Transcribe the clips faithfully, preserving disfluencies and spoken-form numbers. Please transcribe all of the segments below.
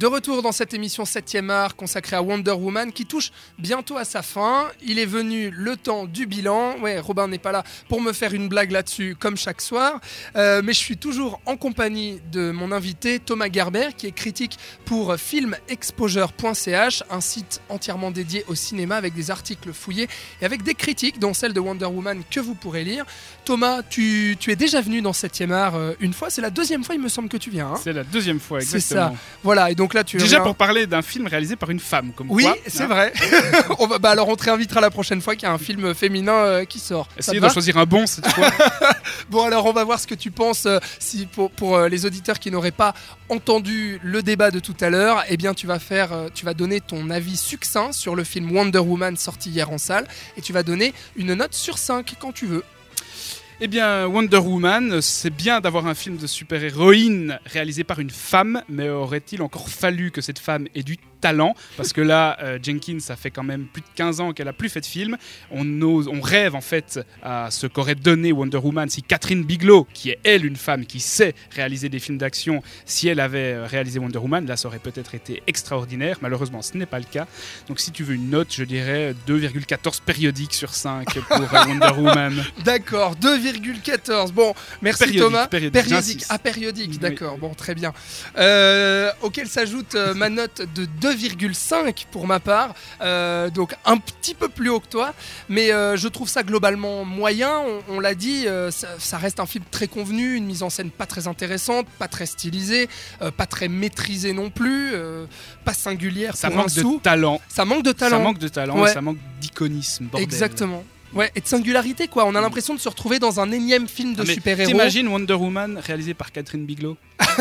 De retour dans cette émission septième art consacrée à Wonder Woman qui touche bientôt à sa fin. Il est venu le temps du bilan. Ouais, Robin n'est pas là pour me faire une blague là-dessus comme chaque soir. Euh, mais je suis toujours en compagnie de mon invité Thomas Gerber qui est critique pour film exposure point c h, un site entièrement dédié au cinéma avec des articles fouillés et avec des critiques dont celle de Wonder Woman que vous pourrez lire. Thomas, tu, tu es déjà venu dans septième art euh, une fois. C'est la deuxième fois il me semble que tu viens. Hein. C'est la deuxième fois, exactement. C'est ça. Voilà, et donc là tu Déjà reviens... pour parler d'un film réalisé par une femme, comme oui, quoi. Oui, c'est hein. vrai. on va, bah alors on te réinvitera la prochaine fois qu'il y a un film féminin euh, qui sort. Essayez de choisir un bon cette fois. Bon alors on va voir ce que tu penses euh, si pour, pour euh, les auditeurs qui n'auraient pas entendu le débat de tout à l'heure, eh bien tu vas faire, euh, tu vas donner ton avis succinct sur le film Wonder Woman sorti hier en salle et tu vas donner une note sur cinq quand tu veux. Eh bien, Wonder Woman, c'est bien d'avoir un film de super-héroïne réalisé par une femme, mais aurait-il encore fallu que cette femme ait du talent ? Parce que là, euh, Jenkins, ça fait quand même plus de quinze ans qu'elle a plus fait de film. On, ose, on rêve en fait à ce qu'aurait donné Wonder Woman si Catherine Bigelow, qui est elle une femme qui sait réaliser des films d'action, si elle avait réalisé Wonder Woman, là ça aurait peut-être été extraordinaire. Malheureusement, ce n'est pas le cas. Donc si tu veux une note, je dirais deux virgule quatorze périodiques sur cinq pour euh, Wonder Woman. D'accord, deux virgule quatorze. Bon, merci périodique, Thomas. Périodique, périodique. Ah, périodique, d'accord. Oui. Bon, très bien. Euh, auquel s'ajoute euh, ma note de deux virgule cinq pour ma part. Euh, donc un petit peu plus haut que toi. Mais euh, je trouve ça globalement moyen. On, on l'a dit, euh, ça, ça reste un film très convenu, une mise en scène pas très intéressante, pas très stylisée, euh, pas très maîtrisée non plus, euh, pas singulière. Ça pour manque un de sou. talent. Ça manque de talent. Ça manque de talent ouais. et ça manque d'iconisme. Bordel. Exactement. Ouais, et de singularité quoi, on a l'impression de se retrouver dans un énième film de ah, super-héros. T'imagines Wonder Woman réalisé par Catherine Bigelow.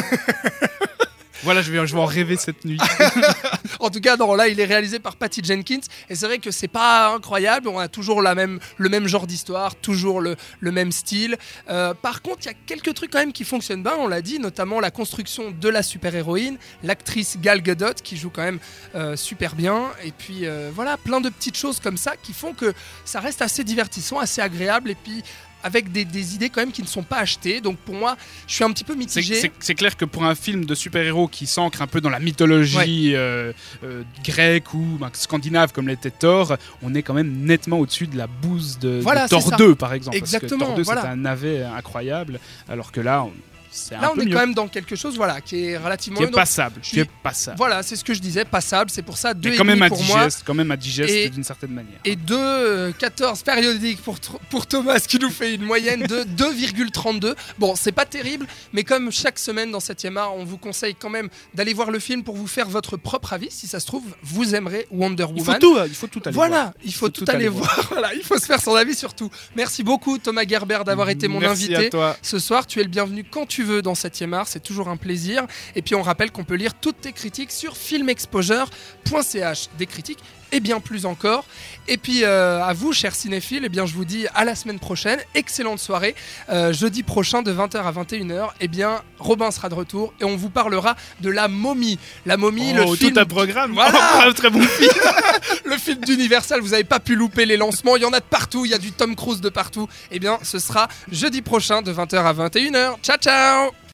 Voilà, je vais, je vais en rêver cette nuit. En tout cas, non, là, il est réalisé par Patty Jenkins. Et c'est vrai que c'est pas incroyable. On a toujours la même, le même genre d'histoire, toujours le, le même style. Euh, par contre, il y a quelques trucs quand même qui fonctionnent bien. On l'a dit, notamment la construction de la super-héroïne, l'actrice Gal Gadot qui joue quand même euh, super bien. Et puis euh, voilà, plein de petites choses comme ça qui font que ça reste assez divertissant, assez agréable. Et puis avec des, des idées quand même qui ne sont pas achetées. Donc pour moi, je suis un petit peu mitigé. C'est, c'est, c'est clair que pour un film de super-héros qui s'ancre un peu dans la mythologie ouais. euh, euh, grecque ou bah, scandinave comme l'était Thor, on est quand même nettement au-dessus de la bouse de, voilà, de Thor deux par exemple. Exactement, parce que Thor deux voilà. c'est un navet incroyable, alors que là... On... C'est Là, un on peu est mieux. quand même dans quelque chose voilà, qui est relativement... Qui est donc, passable. Qui est passable. Voilà, c'est ce que je disais, passable. C'est pour ça deux et quand même pour digeste, moi. quand même à digeste et, d'une certaine manière. Et deux virgule quatorze périodiques pour, pour Thomas, qui nous fait une moyenne de deux virgule trente-deux. Bon, c'est pas terrible, mais comme chaque semaine dans septième art, on vous conseille quand même d'aller voir le film pour vous faire votre propre avis. Si ça se trouve, vous aimerez Wonder Woman. Il faut tout, il faut tout aller voilà, voir. Voilà, il faut, il faut tout, tout aller voir. voir. Voilà, il faut se faire son avis sur tout. Merci beaucoup Thomas Gerber d'avoir été mon Merci invité à toi. ce soir. Tu es le bienvenu quand tu veux dans septième art. C'est toujours un plaisir. Et puis on rappelle qu'on peut lire toutes tes critiques sur film exposure point c h. Des critiques et bien plus encore. Et puis euh, à vous, chers cinéphiles, eh bien, je vous dis à la semaine prochaine. Excellente soirée. Euh, jeudi prochain de vingt heures à vingt et une heures, eh bien, Robin sera de retour et on vous parlera de La Momie. La Momie, oh, le film... tout un programme. Voilà. Oh, un très bon film. Le film d'Universal, vous n'avez pas pu louper les lancements. Il y en a de partout. Il y a du Tom Cruise de partout. Eh bien, ce sera jeudi prochain de vingt heures à vingt et une heures. Ciao, ciao.